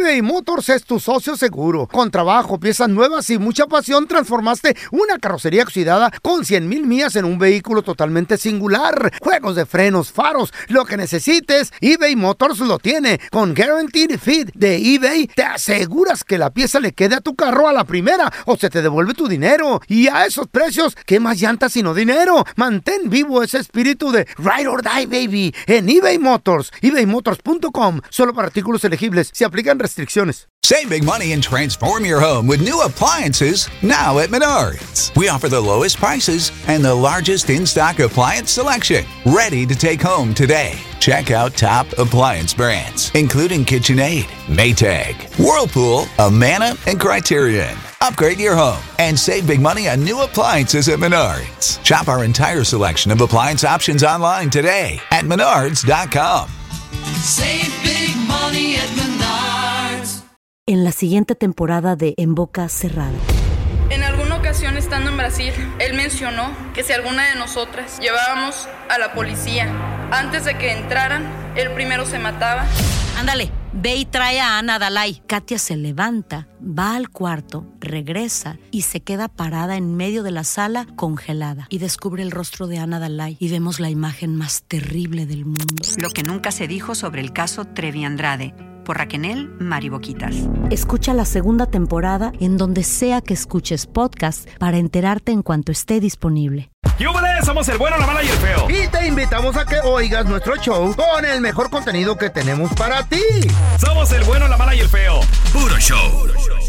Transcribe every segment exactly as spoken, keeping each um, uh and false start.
eBay Motors es tu socio seguro. Con trabajo, piezas nuevas y mucha pasión, transformaste una carrocería oxidada con cien mil millas en un vehículo totalmente singular. Juegos de frenos, faros, lo que necesites, eBay Motors lo tiene. Con Guaranteed Fit de eBay, te aseguras que la pieza le quede a tu carro a la primera o se te devuelve tu dinero. Y a esos precios, ¿qué más llantas sino dinero? Mantén vivo ese espíritu de Ride or Die, baby, en eBay Motors. ebay motors punto com. Solo para artículos elegibles. Se aplican restricciones. Save big money and transform your home with new appliances now at Menards. We offer the lowest prices and the largest in-stock appliance selection. Ready to take home today. Check out top appliance brands, including KitchenAid, Maytag, Whirlpool, Amana, and Criterion. Upgrade your home and save big money on new appliances at Menards. Shop our entire selection of appliance options online today at menards dot com. Save big money at Menards. En la siguiente temporada de En Boca Cerrada. En alguna ocasión estando en Brasil, él mencionó que si alguna de nosotras llevábamos a la policía antes de que entraran, él primero se mataba. Ándale, ve y trae a Ana Dalai. Katia se levanta, va al cuarto, regresa y se queda parada en medio de la sala congelada. Y descubre el rostro de Ana Dalai y vemos la imagen más terrible del mundo. Lo que nunca se dijo sobre el caso Trevi Andrade, por Raquel Mariboquitas. Escucha la segunda temporada en donde sea que escuches podcast para enterarte en cuanto esté disponible. ¡Yúbales! Somos el bueno, la mala y el feo. Y te invitamos a que oigas nuestro show con el mejor contenido que tenemos para ti. Somos el bueno, la mala y el feo. Puro show.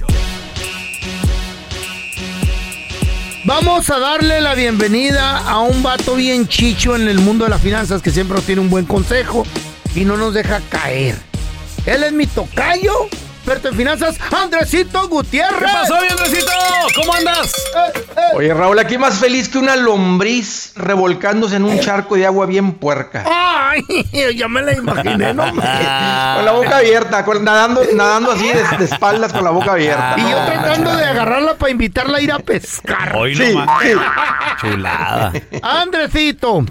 Vamos a darle la bienvenida a un vato bien chicho en el mundo de las finanzas que siempre nos tiene un buen consejo y no nos deja caer. Él es mi tocayo, experto en finanzas, Andresito Gutiérrez. ¿Qué pasó, mi Andresito? ¿Cómo andas? Eh, eh. Oye, Raúl, aquí más feliz que una lombriz revolcándose en un charco de agua bien puerca. Ay, ya me la imaginé, no me... Con la boca abierta, con, nadando, nadando así de, de espaldas con la boca abierta. Y yo tratando de agarrarla para invitarla a ir a pescar. Hoy sí, no más. sí. Chulada. Andresito,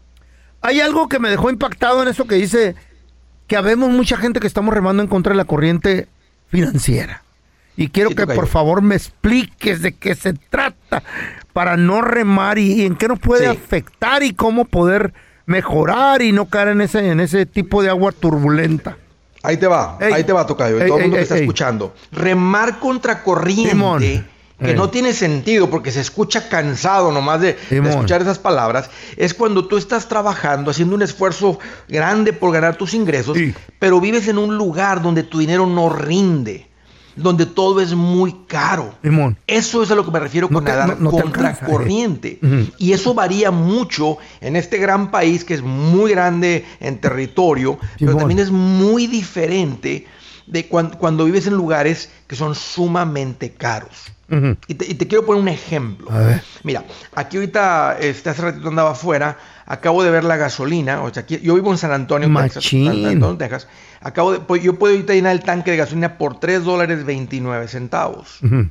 hay algo que me dejó impactado en eso que dice... que habemos mucha gente que estamos remando en contra de la corriente financiera. Y quiero sí, que por favor me expliques de qué se trata para no remar y, y en qué nos puede sí. afectar y cómo poder mejorar y no caer en ese, en ese tipo de agua turbulenta. Ahí te va, ey, ahí te va, tocayo, ey, todo el mundo ey, que está ey. escuchando. Remar contra corriente... Simón. Que Ey. no tiene sentido porque se escucha cansado nomás de, de escuchar esas palabras, es cuando tú estás trabajando, haciendo un esfuerzo grande por ganar tus ingresos, sí. pero vives en un lugar donde tu dinero no rinde, donde todo es muy caro. Simón. Eso es a lo que me refiero con no nadar no, no contra alcanza, corriente. Eh. Uh-huh. Y eso varía mucho en este gran país que es muy grande en territorio, Simón. pero también es muy diferente de cuando, cuando vives en lugares que son sumamente caros. Uh-huh. Y, te, y te quiero poner un ejemplo. Mira, aquí ahorita, este, hace ratito andaba afuera, acabo de ver la gasolina, o sea, aquí, yo vivo en San Antonio, Texas, San Antonio, Texas. Acabo de, pues, yo puedo ahorita llenar el tanque de gasolina por tres dólares veintinueve centavos. Uh-huh.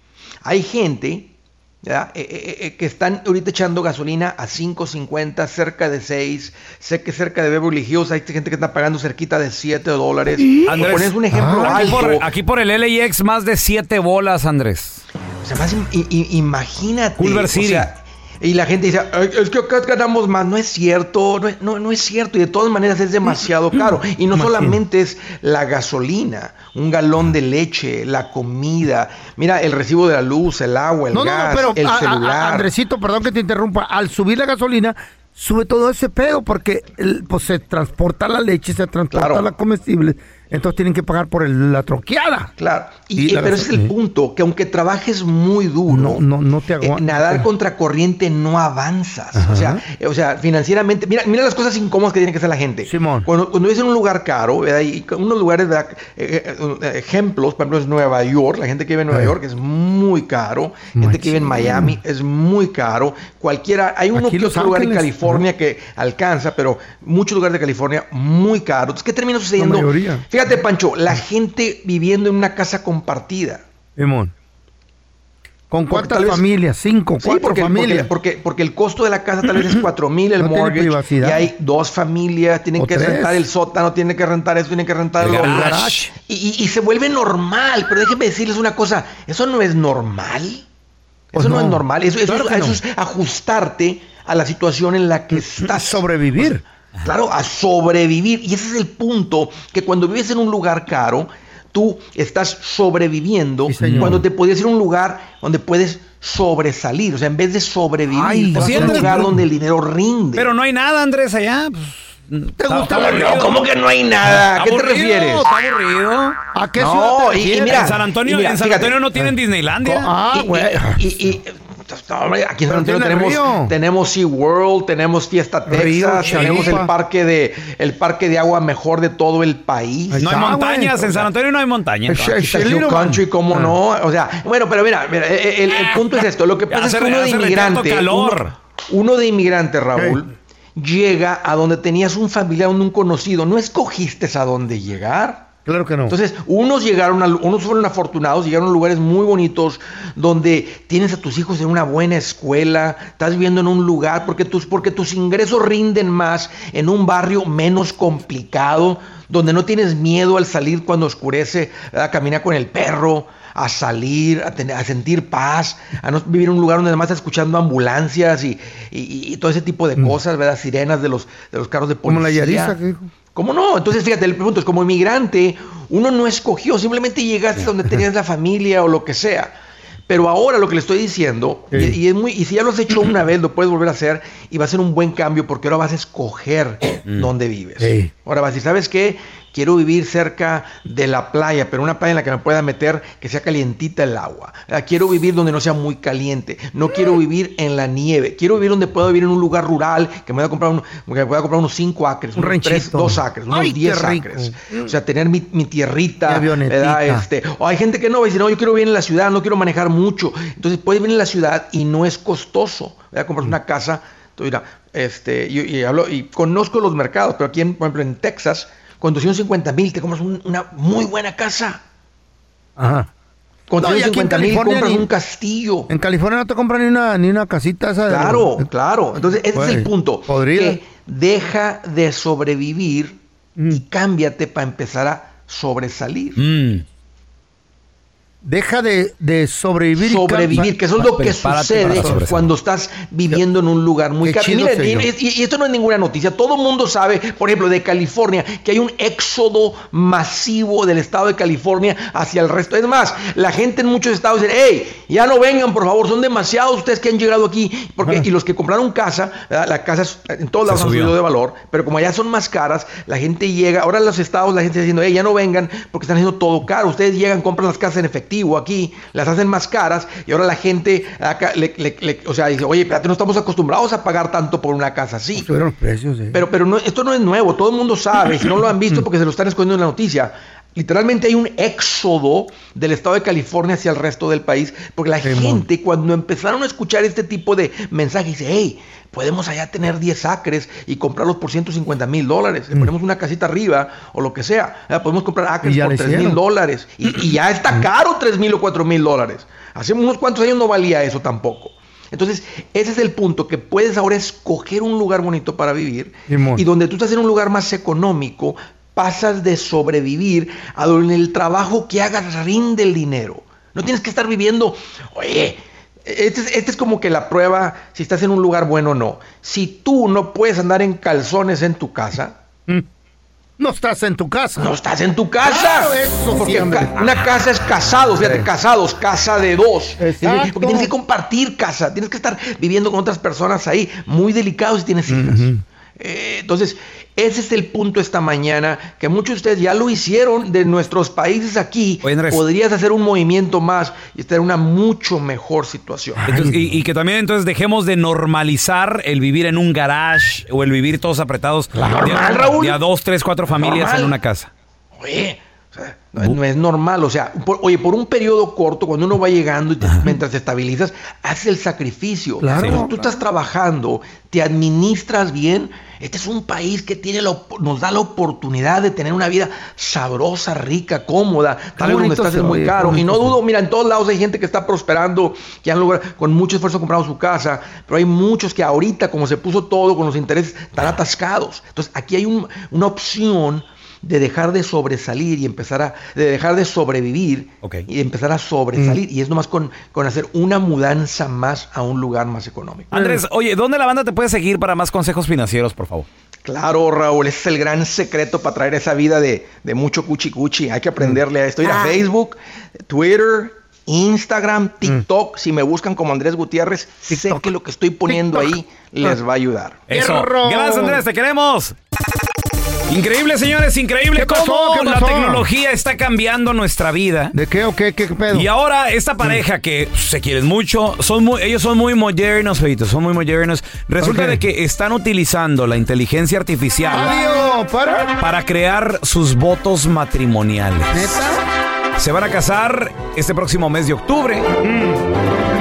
Hay gente... Eh, eh, eh, que están ahorita echando gasolina a cinco cincuenta, cerca de seis. Sé que cerca de Beverly Hills hay gente que está pagando cerquita de siete dólares. Andrés, pones un ejemplo ah, alto. Aquí por, aquí por el L A X más de siete bolas, Andrés. O sea, más i- i- imagínate. Culver City. O sea, y la gente dice, es que acá ganamos más. No es cierto, no, no, no es cierto. Y de todas maneras es demasiado caro. Y no solamente es la gasolina, un galón de leche, la comida. Mira, el recibo de la luz, el agua, el no, gas, no, no, pero, el a, celular. A, a, Andresito, perdón que te interrumpa. Al subir la gasolina, sube todo ese pedo porque el, pues, se transporta la leche, se transporta claro. la comestible. Entonces tienen que pagar por el, la troqueada. Claro. Y, y pero ese es el punto, que aunque trabajes muy duro, no, no, no te aguantas. Eh, nadar contra corriente no avanzas. O sea, eh, o sea, financieramente, mira, mira las cosas incómodas que tiene que hacer la gente. Simón. Cuando, cuando vives en un lugar caro, ¿verdad? Y unos lugares, ¿verdad? Eh, eh, ejemplos, por ejemplo, es Nueva York. La gente que vive en Nueva eh. York es muy caro. Gente Machín. que vive en Miami es muy caro. Cualquiera, hay uno que otro lugar en California uh-huh. que alcanza, pero muchos lugares de California muy caros. Entonces, ¿qué termina sucediendo? La mayoría. Fíjate, Pancho, la gente viviendo en una casa compartida. Simón. ¿Con cuántas familias? Cinco, sí, cuatro porque, familias. Porque, porque, porque el costo de la casa tal vez es cuatro mil, el no mortgage. Tiene privacidad. Y hay dos familias, tienen o que tres. rentar el sótano, tienen que rentar eso, tienen que rentar el lo garage. Y, y, y se vuelve normal. Pero déjenme decirles una cosa, eso no es normal. Pues eso no. no es normal. Eso, eso, claro es, eso no. es ajustarte a la situación en la que estás. Sobrevivir. Pues, claro, a sobrevivir. Y ese es el punto, que cuando vives en un lugar caro, tú estás sobreviviendo sí, cuando te podías ir a un lugar donde puedes sobresalir. O sea, en vez de sobrevivir, Ay, te vas sí, a un Andrés, lugar pero- donde el dinero rinde. Pero no hay nada, Andrés, allá. Pues, ¿Te gusta está la- aburrido. No, ¿cómo que no hay nada? ¿A qué te Aburrido, refieres? Está aburrido. ¿A qué No, ciudad te y- y refieres? mira, en San Antonio, y mira, en San fíjate. Antonio no tienen Disneylandia. Ah, Y- güey. Y, y- y- no, hombre, aquí en San Pero Antonio tiene tenemos, río. tenemos SeaWorld, tenemos Fiesta Río, Texas, tenemos Chilipa. el parque de el parque de agua mejor de todo el país. Ahí No hay está, montañas, güey. en San Antonio no hay montañas. El- Aquí está el Hill Little Country, Man. ¿cómo Ah. no? O sea, bueno, pero mira, mira, el, el punto es esto. Lo que pasa Hace- es que uno de hace retrato inmigrante, calor. uno, uno de inmigrante, Raúl, llega a donde tenías un familiar, un conocido. No escogiste a dónde llegar. Claro que no. Entonces, unos llegaron, a, unos fueron afortunados, llegaron a lugares muy bonitos donde tienes a tus hijos en una buena escuela, estás viviendo en un lugar porque tus, porque tus ingresos rinden más en un barrio menos complicado, donde no tienes miedo al salir cuando oscurece, a caminar con el perro, a salir, a, tener, a sentir paz, a no vivir en un lugar donde además estás escuchando ambulancias y, y, y todo ese tipo de Mm. cosas, ¿verdad? Sirenas de los, de los carros de policía. Como la Yarisa que dijo. ¿Cómo no? Entonces, fíjate, el punto es, como inmigrante, uno no escogió, simplemente llegaste donde tenías la familia o lo que sea. Pero ahora lo que le estoy diciendo, Sí. y, y es muy, y si ya lo has hecho una vez, lo puedes volver a hacer y va a ser un buen cambio porque ahora vas a escoger dónde vives. Sí. Ahora vas a decir, ¿sabes qué? Quiero vivir cerca de la playa, pero una playa en la que me pueda meter que sea calientita el agua. Ah, Quiero vivir donde no sea muy caliente. No quiero vivir en la nieve. Quiero vivir donde pueda vivir en un lugar rural, que me pueda comprar, un, que me pueda comprar unos cinco acres, Un unos ranchito. tres, dos acres, unos Ay, diez qué rico. acres. O sea, tener mi, mi tierrita. Mi avionetita. ¿verdad? Este, o hay gente que no va a decir, no, yo quiero vivir en la ciudad, no quiero manejar mucho. Entonces puedes vivir en la ciudad y no es costoso. ¿verdad? Compras una casa. Entonces, mira, este, y, y hablo, y conozco los mercados, pero aquí, en, por ejemplo, en Texas, con doscientos cincuenta mil te compras un- una muy buena casa. Ajá. Con No, y aquí en trescientos cincuenta mil California compras ni- un castillo. En California no te compran ni una, ni una casita esa de- Claro, claro. Entonces, ese Güey, es el punto. podrida. Que deja de sobrevivir Mm. y cámbiate para empezar a sobresalir. Mm. Deja de, de sobrevivir. y Sobrevivir, cam- que eso es lo que Prepárate sucede para sobresalir. cuando estás viviendo en un lugar muy Qué caro. chido Mira, se y, oyó. y- y esto no es ninguna noticia. Todo el mundo sabe, por ejemplo, de California, que hay un éxodo masivo del estado de California hacia el resto. Es más, la gente en muchos estados dice, hey, ya no vengan, por favor, son demasiados ustedes que han llegado aquí. Porque, Ajá. y los que compraron casa, ¿verdad? Las casas en todos lados han subió. subido de valor, pero como allá son más caras, la gente llega, ahora en los estados la gente está diciendo, hey, ya no vengan porque están haciendo todo caro. Ustedes llegan, compran las casas en efectivo aquí, las hacen más caras y ahora la gente acá, le, le- le- o sea, dice, oye, espérate, no estamos acostumbrados a pagar tanto por una casa así. Subieron los precios, eh. Pero, pero no, esto no es nuevo, todo el mundo sabe, si no lo han visto porque se lo están escondiendo en la noticia. Literalmente hay un éxodo del estado de California hacia el resto del país, porque la Sí, gente cuando empezaron a escuchar este tipo de mensajes dice, hey, podemos allá tener diez acres y comprarlos por ciento cincuenta mil dólares, le ponemos una casita arriba o lo que sea, ¿verdad? Podemos comprar acres Y ya por lo tres mil hicieron. dólares y, y ya está caro tres mil o cuatro mil dólares. Hace unos cuantos años no valía eso tampoco. Entonces, ese es el punto, que puedes ahora escoger un lugar bonito para vivir Simón. y donde tú estás en un lugar más económico, pasas de sobrevivir a donde el trabajo que hagas rinde el dinero. No tienes que estar viviendo, oye, este es, este es como que la prueba si estás en un lugar bueno o no. Si tú no puedes andar en calzones en tu casa, No estás en tu casa. no estás en tu casa. Claro, eso Porque sí, hombre. ca- una casa es casados, fíjate, Sí. casados, casa de dos. Exacto. Porque tienes que compartir casa, tienes que estar viviendo con otras personas ahí, muy delicados si tienes hijas. Eh, entonces, ese es el punto esta mañana, que muchos de ustedes ya lo hicieron de nuestros países aquí. Oye, Andrés. Podrías hacer un movimiento más y estar en una mucho mejor situación. Entonces, y, y que también entonces dejemos de normalizar el vivir en un garage o el vivir todos apretados. Normal, de, a- Raúl. de a dos, tres, cuatro familias Normal. en una casa. Oye, o sea, no, no es normal, o sea, por- oye, por un periodo corto, cuando uno va llegando y te- mientras te estabilizas, haces el sacrificio. Claro. Entonces, tú estás trabajando, te administras bien, Este es un país que tiene la, nos da la oportunidad de tener una vida sabrosa, rica, cómoda. Tal vez donde estás es muy caro. Y no dudo, mira, en todos lados hay gente que está prosperando, que han logrado, con mucho esfuerzo comprado su casa, pero hay muchos que ahorita, como se puso todo con los intereses, están atascados. Entonces, aquí hay un, una opción de dejar de sobresalir y empezar a, de dejar de sobrevivir okay. y empezar a sobresalir. Mm. Y es nomás con, con hacer una mudanza más a un lugar más económico. Andrés, oye, ¿dónde la banda te puede seguir para más consejos financieros, por favor? Claro, Raúl, ese es el gran secreto para traer esa vida de, de mucho cuchi cuchi. Hay que aprenderle a esto. Ir a Facebook, Twitter, Instagram, TikTok. Mm. Si me buscan como Andrés Gutiérrez, TikTok. Sé que lo que estoy poniendo TikTok. Ahí les va a ayudar. Eso. Gracias, Andrés, te queremos. Increíble, señores, increíble ¿Qué pasó? cómo ¿Qué la pasó? tecnología está cambiando nuestra vida. ¿De qué o qué, qué pedo? Y ahora esta pareja que se quieren mucho, son muy, ellos son muy modernos, feitos, son muy modernos. Resulta okay. de que están utilizando la inteligencia artificial Adiós, ¿para? para crear sus votos matrimoniales. ¿Neta? Se van a casar este próximo mes de octubre. Mm.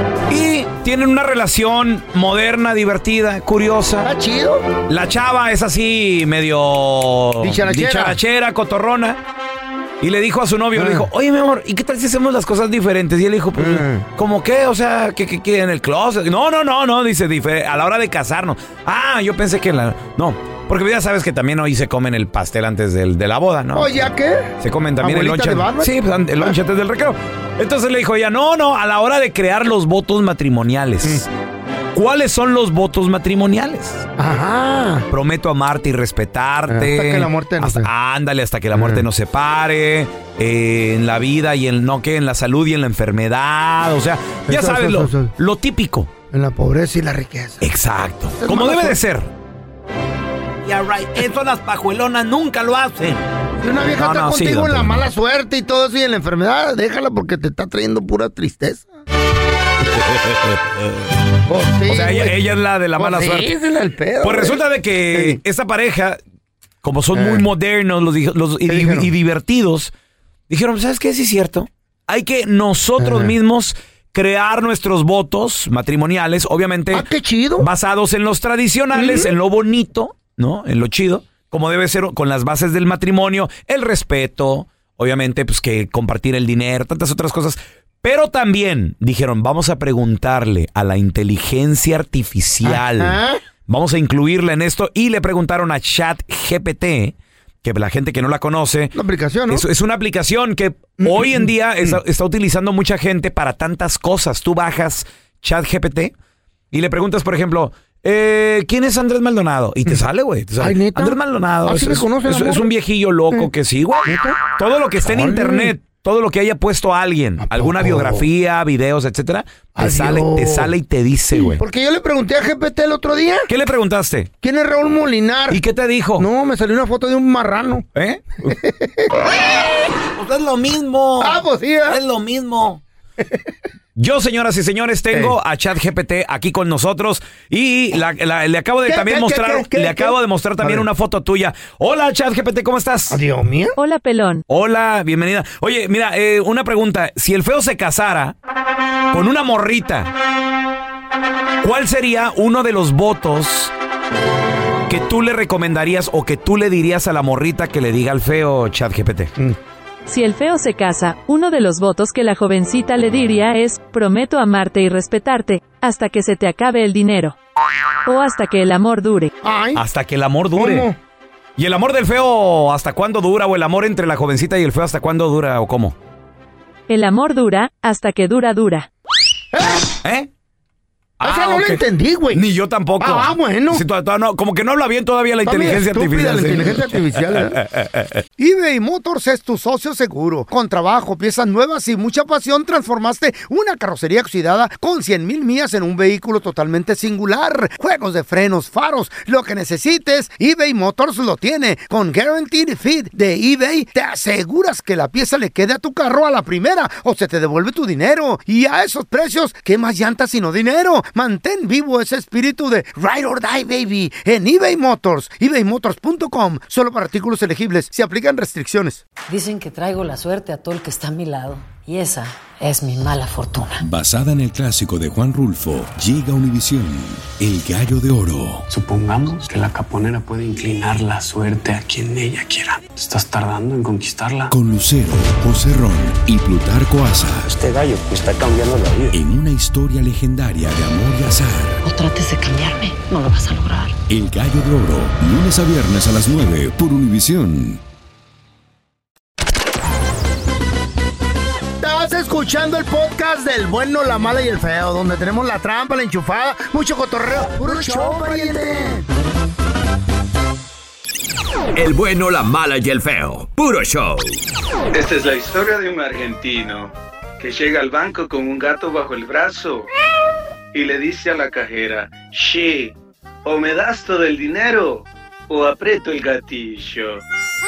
Y tienen una relación moderna, divertida, curiosa. ¿Está chido? La chava es así medio dicharachera, dicharachera cotorrona. Y le dijo a su novio, ah. le dijo, oye, mi amor, ¿y qué tal si hacemos las cosas diferentes? Y él dijo, pues, ah. ¿cómo qué? O sea, ¿qué, qué, qué en el closet? No, no, no, no, dice, a la hora de casarnos. Ah, yo pensé que la... No, porque ya sabes que también hoy se comen el pastel antes del, de la boda, ¿no? ¿Oye, qué? Se comen también el lonche. ¿De sí, pues, el lonche antes del recreo. Entonces le dijo ella, no, no, a la hora de crear los votos matrimoniales. Mm. ¿Cuáles son los votos matrimoniales? Ajá. Prometo amarte y respetarte. Hasta que la muerte nos separe. Ándale, hasta que la muerte nos separe. Eh, en la vida y en no que en la salud y en la enfermedad. O sea, ya eso, sabes eso, lo, eso. lo típico. En la pobreza y la riqueza. Exacto. Es como debe suerte. de ser. Yeah, right. Eso las pajuelonas nunca lo hacen. Si una vieja no, está no, contigo sí, en la mala suerte y todo eso y en la enfermedad, déjala porque te está trayendo pura tristeza. Oh, sí, o sea, ella, ella es la de la oh, mala sí, suerte. Es el pedo, pues resulta de que sí. esta pareja, como son eh. muy modernos los, los, y, y divertidos, dijeron, ¿sabes qué? Sí es cierto. Hay que nosotros eh. mismos crear nuestros votos matrimoniales, obviamente ah, qué chido. basados en los tradicionales, ¿Mm? en lo bonito, ¿no? En lo chido, como debe ser con las bases del matrimonio, el respeto, obviamente, pues que compartir el dinero, tantas otras cosas. Pero también dijeron, vamos a preguntarle a la inteligencia artificial. Ajá. Vamos a incluirla en esto. Y le preguntaron a ChatGPT, que la gente que no la conoce... Una aplicación, ¿no? Es, es una aplicación que mm-hmm. hoy en día mm-hmm. está, está utilizando mucha gente para tantas cosas. Tú bajas ChatGPT y le preguntas, por ejemplo... Eh, ¿quién es Andrés Maldonado? Y te sale, güey. Ay, ¿neta? Andrés Maldonado. ¿Así es, me conoce, es, es un viejillo loco ¿Eh? que sí, güey. Todo lo que esté en Ay. internet, todo lo que haya puesto a alguien, alguna biografía, videos, etcétera, te sale, te sale y te dice, güey. Porque yo le pregunté a G P T el otro día. ¿Qué le preguntaste? ¿Quién es Raúl Molinar? ¿Y qué te dijo? No, me salió una foto de un marrano. ¿Eh? Pues es lo mismo. Ah, pues sí, ¿eh? Es lo mismo. Yo, señoras y señores, tengo hey. a ChatGPT aquí con nosotros y la, la, le acabo de ¿Qué, también qué, mostrar, qué, qué, le qué, acabo de mostrar también una foto tuya. Hola, ChatGPT, ¿cómo estás? Adiós, mía. Hola, pelón. Hola, bienvenida. Oye, mira, eh, una pregunta. Si el feo se casara con una morrita, ¿cuál sería uno de los votos que tú le recomendarías o que tú le dirías a la morrita que le diga al feo, ChatGPT? Mm. Si el feo se casa, uno de los votos que la jovencita le diría es, prometo amarte y respetarte, hasta que se te acabe el dinero. O hasta que el amor dure. Ay. Hasta que el amor dure. ¿Cómo? ¿Y el amor del feo hasta cuándo dura? ¿O el amor entre la jovencita y el feo hasta cuándo dura? ¿O cómo? El amor dura, hasta que dura dura. ¿Eh? ¿Eh? Ah, Esa no okay. la entendí, güey. Ni yo tampoco. Ah, bueno. Sí, to- to- no, como que no habla bien todavía la inteligencia artificial. La sí. inteligencia artificial. ¿eh? eBay Motors es tu socio seguro. Con trabajo, piezas nuevas y mucha pasión, transformaste una carrocería oxidada con cien mil millas en un vehículo totalmente singular. Juegos de frenos, faros, lo que necesites, eBay Motors lo tiene. Con Guaranteed Fit de eBay, te aseguras que la pieza le quede a tu carro a la primera o se te devuelve tu dinero. Y a esos precios, ¿qué más llantas sino dinero? Mantén vivo ese espíritu de Ride or Die, baby, en eBay Motors. ebay motors punto com. Solo para artículos elegibles. Se aplican restricciones. Dicen que traigo la suerte a todo el que está a mi lado. Y esa es mi mala fortuna. Basada en el clásico de Juan Rulfo, llega Univisión, El Gallo de Oro. Supongamos que la caponera puede inclinar la suerte a quien ella quiera. ¿Estás tardando en conquistarla? Con Lucero, José Ron y Plutarco Asa. Este gallo está cambiando la vida. En una historia legendaria de amor y azar. No trates de cambiarme, no lo vas a lograr. El Gallo de Oro, lunes a viernes a las nueve por Univisión. Estás escuchando el podcast del bueno, la mala y el feo, donde tenemos la trampa, la enchufada, mucho cotorreo. ¡Puro show, pariente! El bueno, la mala y el feo. Puro show. Esta es la historia de un argentino que llega al banco con un gato bajo el brazo y le dice a la cajera: "Che, o me das todo el dinero o aprieto el gatillo".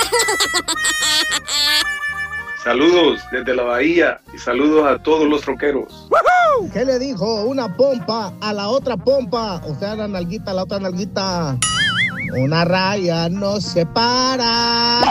Saludos desde la Bahía y saludos a todos los troqueros. ¿Qué le dijo una pompa a la otra pompa? O sea, la nalguita a la otra nalguita. Una raya nos separa.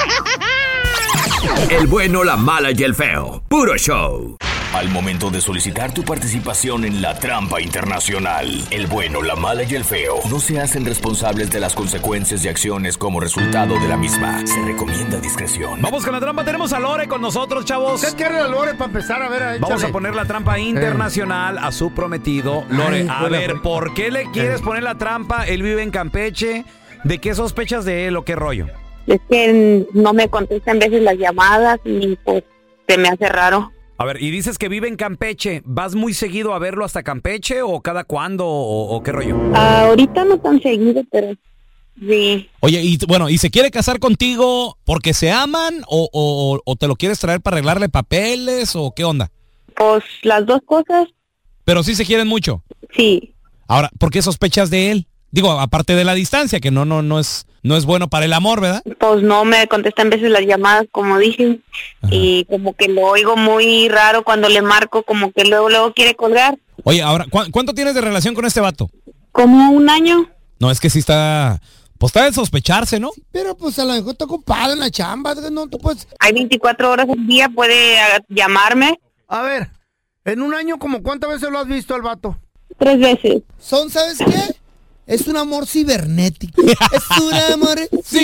El bueno, la mala y el feo. Puro show. Al momento de solicitar tu participación en la trampa internacional, el bueno, la mala y el feo no se hacen responsables de las consecuencias y acciones como resultado de la misma. Se recomienda discreción. Vamos con la trampa. Tenemos a Lore con nosotros, chavos. ¿Qué quiere la Lore para empezar? A ver, échale. Vamos a poner la trampa internacional eh. a su prometido. Lore, Ay, a ver, ¿por qué le quieres eh. poner la trampa? Él vive en Campeche. ¿De qué sospechas de él o qué rollo? Es que no me contestan veces las llamadas y pues se me hace raro. A ver, y dices que vive en Campeche. ¿Vas muy seguido a verlo hasta Campeche o cada cuándo o, o qué rollo? Uh, ahorita no tan seguido, pero sí. Oye, y bueno, ¿y se quiere casar contigo porque se aman o, o, o te lo quieres traer para arreglarle papeles o qué onda? Pues las dos cosas. ¿Pero sí se quieren mucho? Sí. Ahora, ¿por qué sospechas de él? Digo, aparte de la distancia, que no no no es no es bueno para el amor, ¿verdad? Pues no me contestan veces las llamadas, como dije. Ajá. Y como que lo oigo muy raro cuando le marco, como que luego luego quiere colgar. Oye, ahora, ¿cu- ¿cuánto tienes de relación con este vato? Como un año. No, es que sí está... Pues está de sospecharse, ¿no? Sí, pero pues a lo mejor está ocupado en la chamba, no tú puedes... Hay veinticuatro horas al día, puede uh, llamarme. A ver, en un año, ¿como cuántas veces lo has visto al vato? Tres veces. Son, ¿sabes qué? Es un amor cibernético. Es un amor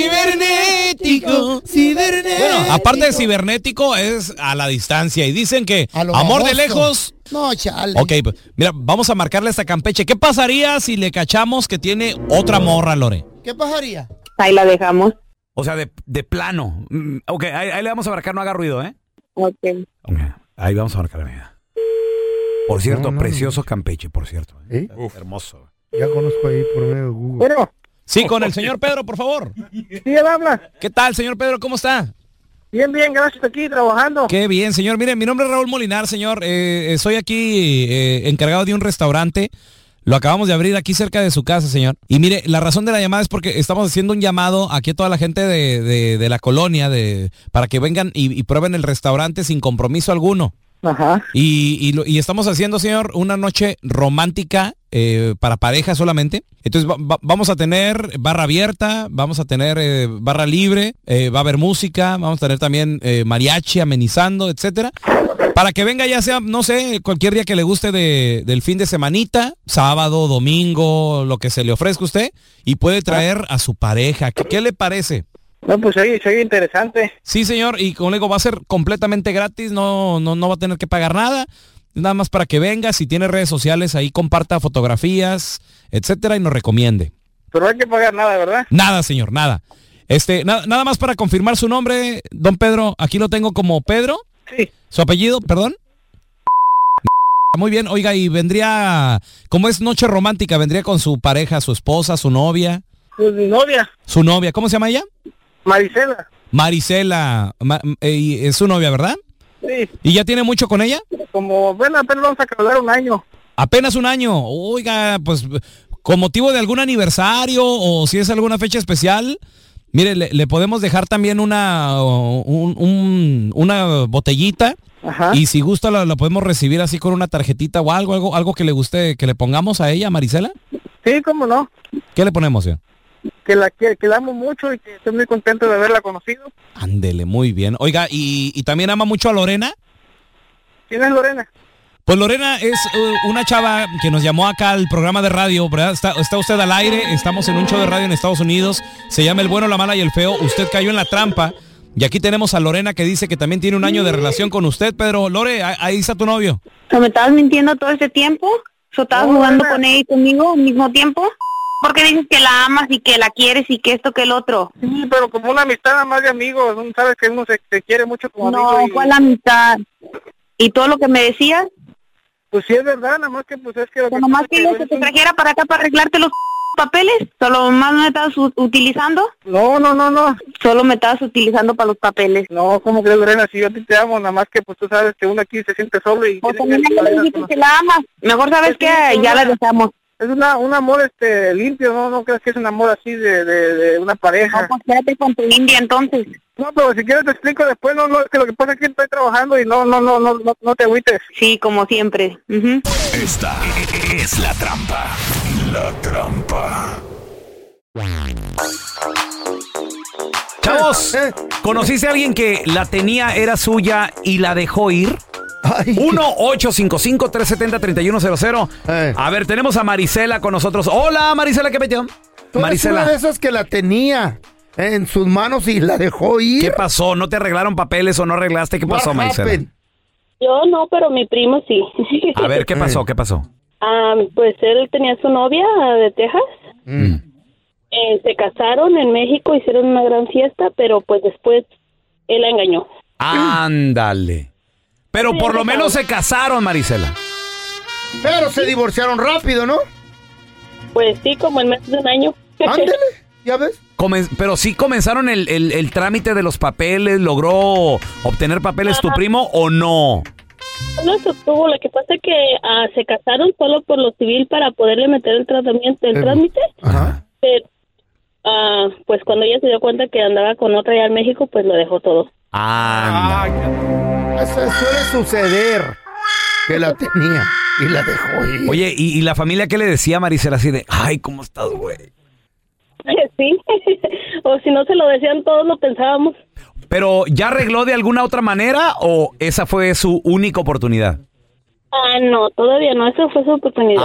cibernético. Cibernético. Bueno, aparte de cibernético, es a la distancia. Y dicen que amor baboso. De lejos. No, chale. Ok, pues, mira, vamos a marcarle esta Campeche. ¿Qué pasaría si le cachamos que tiene otra morra, Lore? ¿Qué pasaría? Ahí la dejamos. O sea, de, de plano. Mm, ok, ahí, ahí le vamos a marcar, no haga ruido, ¿eh? Ok. okay. Ahí vamos a marcar, mira. Por cierto, no, no, precioso no. Campeche, por cierto. ¿Eh? Uf. Hermoso. Ya conozco ahí por medio de Google. Bueno. Sí, con el señor Pedro, por favor. Sí, él habla. ¿Qué tal, señor Pedro? ¿Cómo está? Bien, bien, gracias, aquí trabajando. Qué bien, señor. Mire, mi nombre es Raúl Molinar, señor. Eh, soy aquí eh, encargado de un restaurante. Lo acabamos de abrir aquí cerca de su casa, señor. Y mire, la razón de la llamada es porque estamos haciendo un llamado aquí a toda la gente de, de, de la colonia de para que vengan y, y prueben el restaurante sin compromiso alguno. Ajá. Y, y, lo, y estamos haciendo, señor, una noche romántica eh, para pareja solamente. Entonces va, va, vamos a tener barra abierta, vamos a tener eh, barra libre, eh, va a haber música, vamos a tener también eh, mariachi amenizando, etcétera. Para que venga ya sea, no sé, cualquier día que le guste de, del fin de semanita, sábado, domingo, lo que se le ofrezca a usted, y puede traer a su pareja. ¿Qué, qué le parece? No, pues soy, soy interesante. Sí, señor, y como le digo, va a ser completamente gratis, no, no, no va a tener que pagar nada, nada más para que venga, si tiene redes sociales, ahí comparta fotografías, etcétera, y nos recomiende. Pero no hay que pagar nada, ¿verdad? Nada, señor, nada. Este, na- nada más para confirmar su nombre, don Pedro, aquí lo tengo como Pedro. Sí. ¿Su apellido, perdón? Muy bien, oiga, y vendría, como es noche romántica, vendría con su pareja, su esposa, su novia. Pues mi novia. ¿Su novia? ¿Cómo se llama ella? Marisela. Marisela, Ma- eh, es su novia, ¿verdad? Sí. ¿Y ya tiene mucho con ella? Como, bueno, apenas vamos a calcular un año. Apenas un año. Oiga, pues, con motivo de algún aniversario o si es alguna fecha especial, mire, le, le podemos dejar también una, un, un, una botellita. Ajá. Y si gusta la, la podemos recibir así con una tarjetita o algo, algo, algo que le guste que le pongamos a ella, Marisela. Sí, cómo no. ¿Qué le ponemos, señor? Que la, que, que la amo mucho y que estoy muy contento de haberla conocido. Ándele, muy bien. Oiga, ¿y, y también ama mucho a Lorena? ¿Quién es Lorena? Pues Lorena es uh, una chava que nos llamó acá al programa de radio, ¿verdad? Está, está usted al aire, estamos en un show de radio en Estados Unidos, se llama El Bueno, la Mala y el Feo. Usted cayó en la trampa y aquí tenemos a Lorena que dice que también tiene un año de relación con usted, Pedro. Lore, ahí está tu novio. ¿Me estabas mintiendo todo este tiempo? ¿O estabas No, jugando Lorena. con ella y conmigo al mismo tiempo? ¿Por qué dices que la amas y que la quieres y que esto que el otro? Sí, pero como una amistad nada más de amigos, uno sabe que uno se, se quiere mucho como No, amigo. y- ¿cuál amistad? ¿Y todo lo que me decías? Pues sí es verdad, nada más que pues es que... Lo Que nomás pasa es querías que te es un- trajera para acá para arreglarte los papeles. ¿Solo más me estabas u- utilizando? No, no, no, no. Solo me estabas utilizando para los papeles. No, ¿cómo crees, Lorena? Si yo a ti te amo, nada más que pues tú sabes que uno aquí se siente solo y... O tiene también que- a ella le dijiste que la amas. Mejor sabes Pues que sí, ya una- la dejamos. Es una, un amor este limpio, ¿no? No crees que es un amor así de, de, de una pareja. No, pues quédate con tu India entonces. No, pero si quieres te explico después, no, no, es que lo que pasa es que estoy trabajando y no, no, no, no, no, no te agüites. Sí, como siempre. Ujú. Esta es la trampa. La trampa. Chavos, ¿conociste a alguien que la tenía, era suya y la dejó ir? uno ocho cinco cinco, tres siete cero, tres uno cero cero. A ver, tenemos a Marisela con nosotros. Hola, Marisela, ¿qué metió? Tú eres una de esas que la tenía en sus manos y la dejó ir. ¿Qué pasó? ¿No te arreglaron papeles o no arreglaste? ¿Qué pasó, Marisela? Yo no, pero mi primo sí. A ver, ¿qué pasó? ¿Qué pasó? Ah, pues él tenía su novia de Texas. Mm. Eh, se casaron en México, hicieron una gran fiesta, pero pues después él la engañó. Ándale. Pero por lo menos se casaron, Marisela. Pero se divorciaron rápido, ¿no? Pues sí, como en menos de un año. Ándale, ¿ya ves? Comen- pero sí comenzaron el, el- el trámite de los papeles. ¿Logró obtener papeles tu primo o no? No se obtuvo, lo que pasa es que ah, se casaron solo por lo civil para poderle meter el tratamiento, el trámite. Pero, ah, pues cuando ella se dio cuenta que andaba con otra allá en México, pues lo dejó todo. Anda. Eso suele suceder. Que la tenía y la dejó ir. Oye, ¿y, y la familia qué le decía a Marisela así de, ay, ¿cómo estás, güey? Sí, o si no se lo decían todos, lo pensábamos. ¿Pero ya arregló de alguna otra manera o esa fue su única oportunidad? Ah, no, todavía no, esa fue su oportunidad.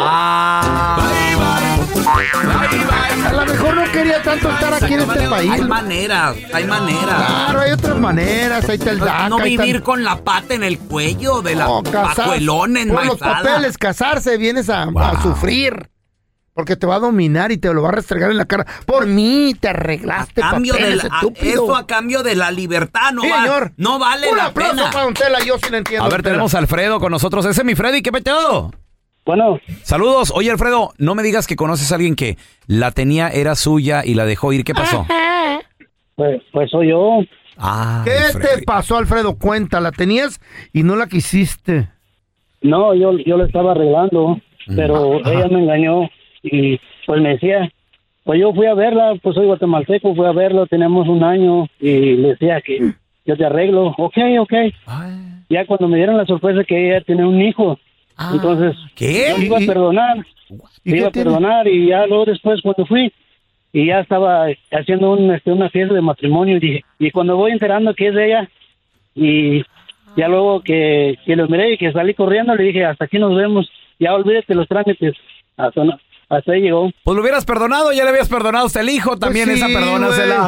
A lo mejor no quería tanto estar aquí en este país. Hay maneras, hay maneras. Claro, hay otras maneras. Ahí está el DACA. No ahí vivir está- con la pata en el cuello de la No, casar- pajuelona por los enmaizada. papeles, casarse, vienes a, a sufrir. Porque te va a dominar y te lo va a restregar en la cara. Por mí te arreglaste Cambio de papeles, la- a- estúpido. eso a cambio de la libertad, no Sí, va, señor. no vale Un la aplauso pena. para Don Tela, yo sí lo entiendo. A ver, Don Tela. tenemos a Alfredo con nosotros. Ese es mi Freddy, ¿qué metido? Bueno. Saludos. Oye, Alfredo, no me digas que conoces a alguien que la tenía, era suya y la dejó ir. ¿Qué pasó? Pues, pues soy yo. Ah, ¿Qué te pasó, Alfredo? Cuenta, la tenías y no la quisiste. No, yo, yo lo estaba arreglando, pero Ajá. ella me engañó y pues me decía, pues yo fui a verla, pues soy guatemalteco, fui a verla, tenemos un año y le decía que yo te arreglo, ok, ok. Ya cuando me dieron la sorpresa que ella tenía un hijo, entonces ¿qué? yo le iba a perdonar, ¿Y le qué iba a tiene? perdonar y ya luego después cuando fui y ya estaba haciendo un, este, una fiesta de matrimonio y dije, y cuando voy enterando que es de ella y ya luego que, que los miré y que salí corriendo le dije, hasta aquí nos vemos, ya olvídate los trámites, hasta, no- hasta ahí llegó. Pues lo hubieras perdonado, ya le habías perdonado hasta el hijo, también Pues sí, esa perdónasela.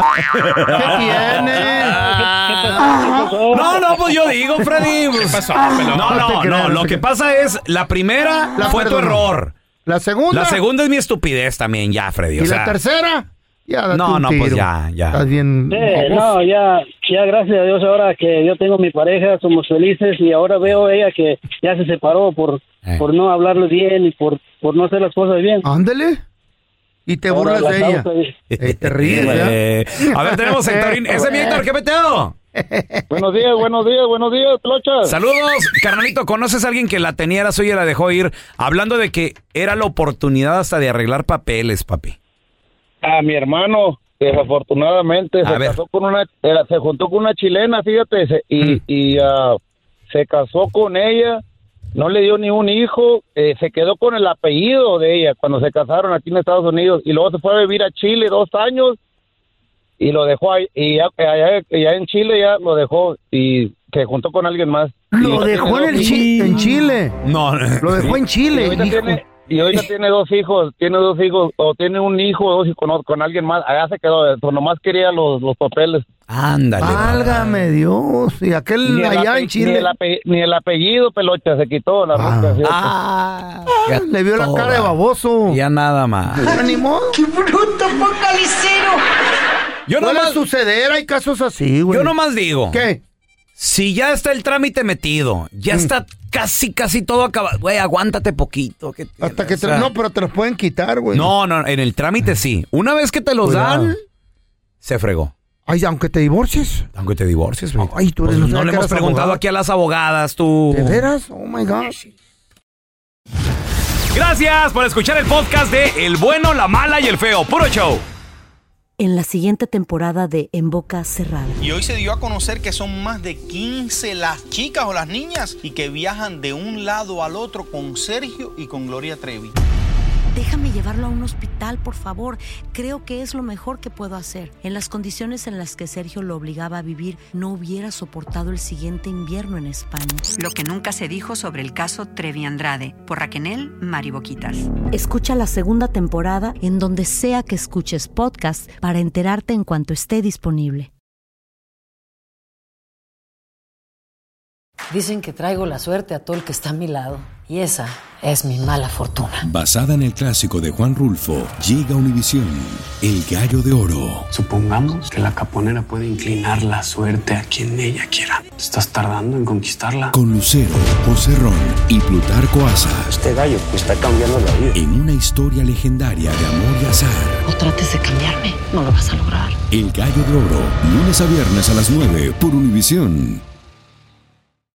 No, no, pues yo digo, Freddy. pues- ¿Qué pasó, No, pelón? no, No te no, creas, lo no te que pasa es, la primera La fue tu perdonó. error. La segunda. La segunda es mi estupidez también, ya, Freddy. ¿Y o la sea, tercera? Ya, date No, un no, pues tiro. ya, ya. Estás bien. Sí, no, ya, ya gracias a Dios ahora que yo tengo mi pareja, somos felices y ahora veo ella que ya se separó por, por no hablarlo bien y por, por no hacer las cosas bien. Ándele. Y te Ahora burlas la de ella. causa es- Eh, te ríes, ¿ya? Eh, a ver, tenemos a Héctorín. Ese es mi Héctor, ¿qué peteo? Buenos días, buenos días, buenos días, Plocha. Saludos, carnalito. ¿Conoces a alguien que la tenía, era suya y la dejó ir? Hablando de que era la oportunidad hasta de arreglar papeles, papi. A mi hermano, desafortunadamente, A se ver. casó con una, era- se juntó con una chilena, fíjate, se- y, y ah, se casó con ella, no le dio ni un hijo, eh, se quedó con el apellido de ella cuando se casaron aquí en Estados Unidos, y luego se fue a vivir a Chile dos años, y lo dejó ahí, y ya, allá, allá en Chile ya lo dejó, y se juntó con alguien más. Lo dejó en, el chi en Chile. No, lo dejó en Chile. Y ahorita, tiene, y ahorita tiene dos hijos, tiene dos hijos, o tiene un hijo dos hijos con, con alguien más. Allá se quedó, pues nomás quería los, los papeles. Ándale. Válgame Dios. Y aquel allá en Chile. Ni el, ape, ni el apellido, Pelocha, se quitó la ah. roca. Ah, ah, le vio toda la cara de baboso. Ya nada más. Ni modo. ¡Qué bruto, focalicero! Yo no nomás suceder, hay casos así, güey. Yo nomás digo. ¿Qué? Si ya está el trámite metido, ya mm. está casi, casi todo acabado. Güey, aguántate poquito. Que Hasta que te, o sea, no, pero te los pueden quitar, güey. No, no, en el trámite sí. Una vez que te los Cuidado. dan, se fregó. Ay, aunque te divorcies. Aunque te divorcies, güey. Ay, tú eres pues no le hemos preguntado abogada. aquí a las abogadas, tú. ¿De veras? Oh my gosh. Gracias por escuchar el podcast de El Bueno, la Mala y el Feo. Puro show. En la siguiente temporada de En Boca Cerrada. Y hoy se dio a conocer que son más de quince las chicas o las niñas y que viajan de un lado al otro con Sergio y con Gloria Trevi. Déjame llevarlo a un hospital, por favor. Creo que es lo mejor que puedo hacer. En las condiciones en las que Sergio lo obligaba a vivir, no hubiera soportado el siguiente invierno en España. Lo que nunca se dijo sobre el caso Trevi Andrade, por Raquel Mariboquitas. Escucha la segunda temporada en donde sea que escuches podcast para enterarte en cuanto esté disponible. Dicen que traigo la suerte a todo el que está a mi lado. Y esa es mi mala fortuna. Basada en el clásico de Juan Rulfo, llega a Univisión, El Gallo de Oro. Supongamos que la caponera puede inclinar la suerte a quien ella quiera. ¿Estás tardando en conquistarla? Con Lucero, José Ron y Plutarco Asa. Este gallo que está cambiando la vida. En una historia legendaria de amor y azar. No trates de cambiarme, no lo vas a lograr. El Gallo de Oro, lunes a viernes a las nueve por Univisión.